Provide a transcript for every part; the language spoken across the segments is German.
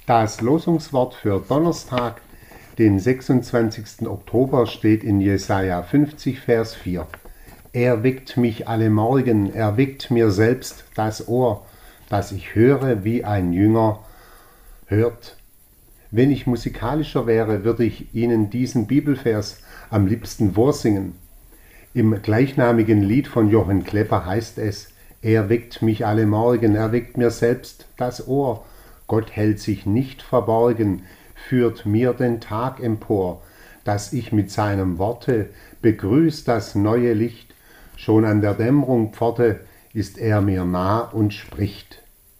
Das Losungswort für Donnerstag, den 26. Oktober, steht in Jesaja 50, Vers 4. Er weckt mich alle Morgen, er weckt mir selbst das Ohr, dass ich höre, wie ein Jünger hört. Wenn ich musikalischer wäre, würde ich Ihnen diesen Bibelvers am liebsten vorsingen. Im gleichnamigen Lied von Johann Klepper heißt es: Er weckt mich alle Morgen, er weckt mir selbst das Ohr. Gott hält sich nicht verborgen, führt mir den Tag empor, dass ich mit seinem Worte begrüß das neue Licht. Schon an der Dämmerung Pforte ist er mir nah und spricht.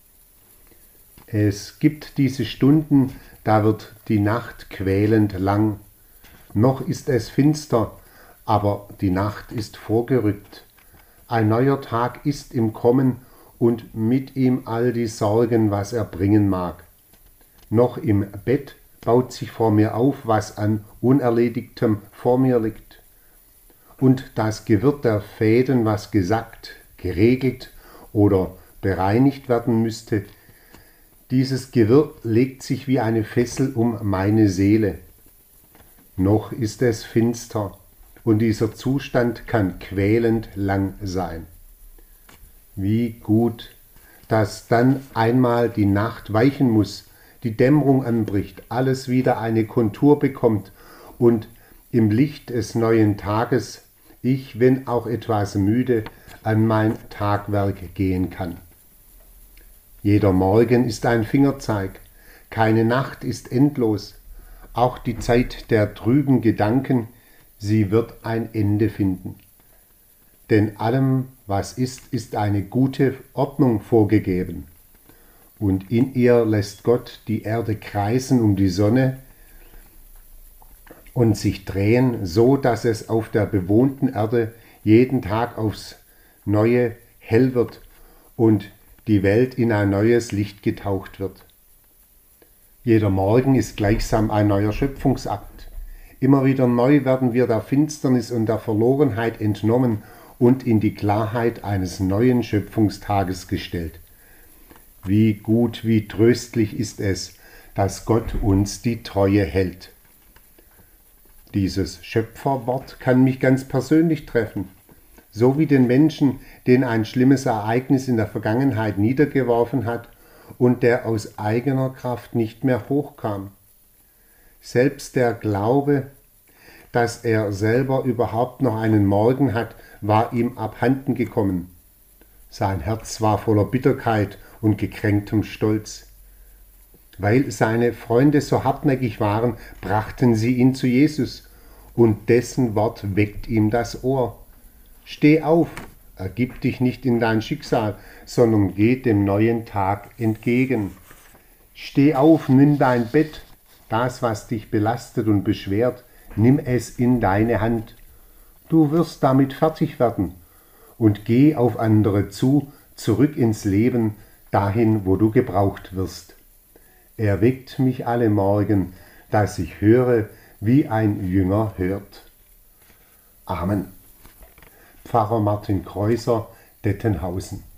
Es gibt diese Stunden, da wird die Nacht quälend lang. Noch ist es finster, aber die Nacht ist vorgerückt. Ein neuer Tag ist im Kommen und mit ihm all die Sorgen, was er bringen mag. Noch im Bett baut sich vor mir auf, was an Unerledigtem vor mir liegt. Und das Gewirr der Fäden, was gesackt, geregelt oder bereinigt werden müsste, dieses Gewirr legt sich wie eine Fessel um meine Seele. Noch ist es finster, und dieser Zustand kann quälend lang sein. Wie gut, dass dann einmal die Nacht weichen muss, die Dämmerung anbricht, alles wieder eine Kontur bekommt und im Licht des neuen Tages ich, wenn auch etwas müde, an mein Tagwerk gehen kann. Jeder Morgen ist ein Fingerzeig, keine Nacht ist endlos, auch die Zeit der trüben Gedanken, sie wird ein Ende finden. Denn allem, was ist, ist eine gute Ordnung vorgegeben. Und in ihr lässt Gott die Erde kreisen um die Sonne und sich drehen, so dass es auf der bewohnten Erde jeden Tag aufs Neue hell wird und die Welt in ein neues Licht getaucht wird. Jeder Morgen ist gleichsam ein neuer Schöpfungsakt. Immer wieder neu werden wir der Finsternis und der Verlorenheit entnommen und in die Klarheit eines neuen Schöpfungstages gestellt. Wie gut, wie tröstlich ist es, dass Gott uns die Treue hält. Dieses Schöpferwort kann mich ganz persönlich treffen, so wie den Menschen, den ein schlimmes Ereignis in der Vergangenheit niedergeworfen hat und der aus eigener Kraft nicht mehr hochkam. Selbst der Glaube, dass er selber überhaupt noch einen Morgen hat, war ihm abhanden gekommen. Sein Herz war voller Bitterkeit und gekränktem Stolz. Weil seine Freunde so hartnäckig waren, brachten sie ihn zu Jesus, und dessen Wort weckt ihm das Ohr. Steh auf, ergib dich nicht in dein Schicksal, sondern geh dem neuen Tag entgegen. Steh auf, nimm dein Bett, das, was dich belastet und beschwert, nimm es in deine Hand. Du wirst damit fertig werden und geh auf andere zu, zurück ins Leben, dahin, wo du gebraucht wirst. Er weckt mich alle Morgen, dass ich höre, wie ein Jünger hört. Amen. Pfarrer Martin Kreuser, Dettenhausen.